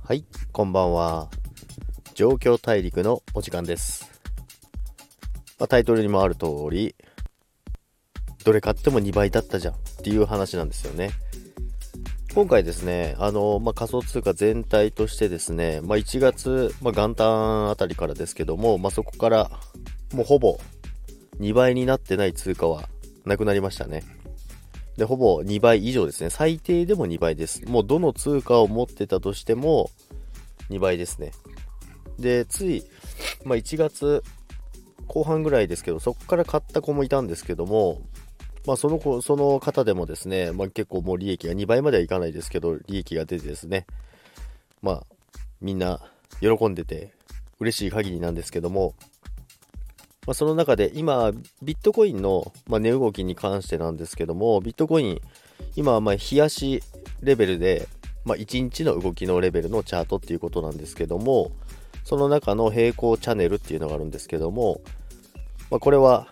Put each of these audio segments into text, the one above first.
はい、こんばんは。状況大陸のお時間です。タイトルにもある通り、どれ買っても2倍だったじゃんっていう話なんですよね。今回ですね、仮想通貨全体としてですね、1月、元旦あたりからですけども、そこからもうほぼ2倍になってない通貨はなくなりましたね。で、ほぼ2倍以上ですね。最低でも2倍です。もうどの通貨を持ってたとしても2倍ですね。で、つい、1月後半ぐらいですけど、そこから買った子もいたんですけども、その方でもですね、結構もう利益が2倍まではいかないですけど、利益が出てですね、みんな喜んでて嬉しい限りなんですけども、その中で今、ビットコインの、値動きに関してなんですけども、ビットコイン、今は日足レベルで、1日の動きのレベルのチャートっていうことなんですけども、その中の平行チャンネルっていうのがあるんですけども、これは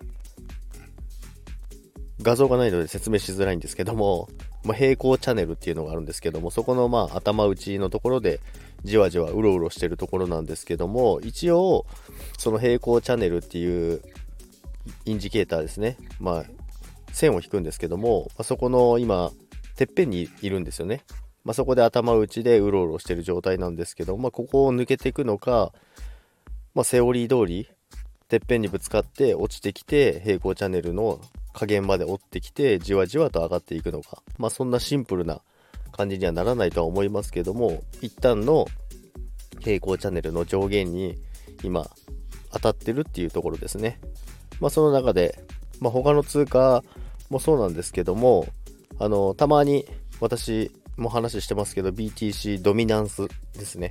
画像がないので説明しづらいんですけども、平行チャンネルっていうのがあるんですけども、そこの頭打ちのところでじわじわうろうろしてるところなんですけども、一応その平行チャンネルっていうインジケーターですね、線を引くんですけども、そこの今てっぺんにいるんですよね。そこで頭打ちでうろうろしてる状態なんですけど、ここを抜けていくのか、セオリー通りてっぺんにぶつかって落ちてきて平行チャンネルの下限まで折ってきてじわじわと上がっていくのか、そんなシンプルな感じにはならないとは思いますけども、一旦の平行チャンネルの上限に今当たってるっていうところですね。その中で、他の通貨もそうなんですけども、たまに私も話してますけど BTC ドミナンスですね。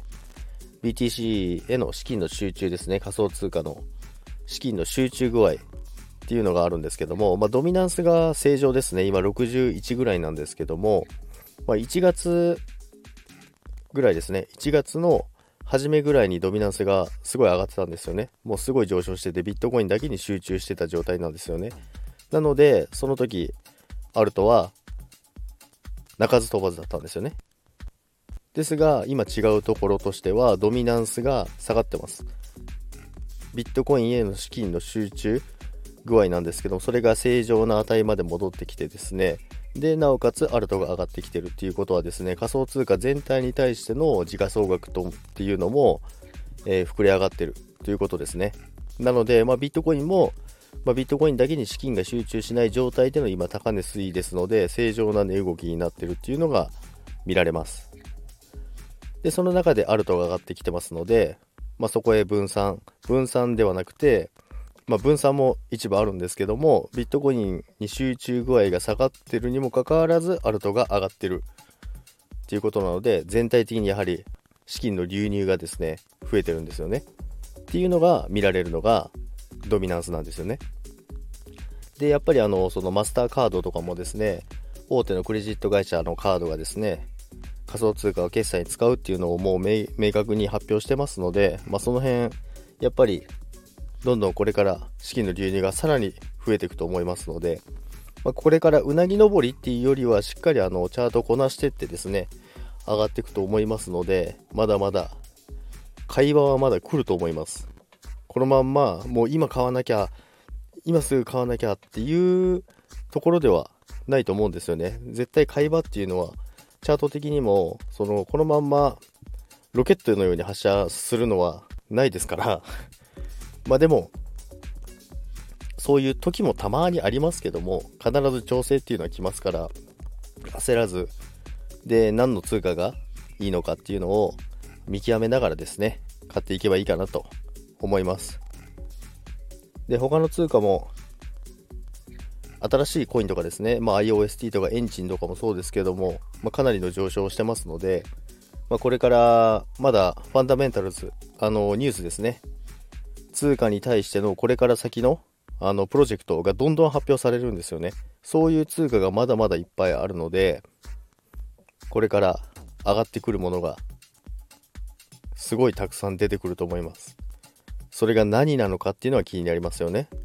BTC への資金の集中ですね。仮想通貨の資金の集中具合っていうのがあるんですけども、ドミナンスが正常ですね。今61ぐらいなんですけども、1月ぐらいですね。1月の初めぐらいにドミナンスがすごい上がってたんですよね。もうすごい上昇してて、ビットコインだけに集中してた状態なんですよね。なのでその時アルトは鳴かず飛ばずだったんですよね。ですが今違うところとしてはドミナンスが下がってます。ビットコインへの資金の集中具合なんですけど、それが正常な値まで戻ってきてですね、でなおかつアルトが上がってきてるっていうことはですね、仮想通貨全体に対しての時価総額っていうのも、膨れ上がってるということですね。なので、ビットコインも、ビットコインだけに資金が集中しない状態での今高値推移ですので、正常な値動きになってるっていうのが見られます。でその中でアルトが上がってきてますので、そこへ分散ではなくて、分散も一部あるんですけども、ビットコインに集中具合が下がってるにもかかわらずアルトが上がってるっていうことなので、全体的にやはり資金の流入がですね増えてるんですよねっていうのが見られるのがドミナンスなんですよね。でやっぱりそのマスターカードとかもですね、大手のクレジット会社のカードがですね仮想通貨を決済に使うっていうのをもう明確に発表してますので、その辺やっぱりどんどんこれから資金の流入がさらに増えていくと思いますので、これからうなぎ登りっていうよりはしっかりチャートをこなしていってですね上がっていくと思いますので、まだまだ買い場はまだ来ると思います。このまんまもう今すぐ買わなきゃっていうところではないと思うんですよね。絶対買い場っていうのはチャート的にもこのまんまロケットのように発射するのはないですからでもそういう時もたまにありますけども、必ず調整っていうのは来ますから、焦らずで何の通貨がいいのかっていうのを見極めながらですね買っていけばいいかなと思います。で他の通貨も新しいコインとかですね、IOST とかエンジンとかもそうですけども、かなりの上昇をしてますので、これからまだファンダメンタルズニュースですね、通貨に対してのこれから先のプロジェクトがどんどん発表されるんですよね。そういう通貨がまだまだいっぱいあるので、これから上がってくるものがすごいたくさん出てくると思います。それが何なのかっていうのは気になりますよね。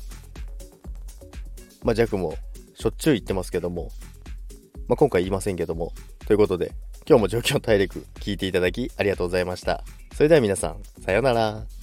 ジャックもしょっちゅう言ってますけども、今回言いませんけども、ということで今日も状況大陸聞いていただきありがとうございました。それでは皆さん、さようなら。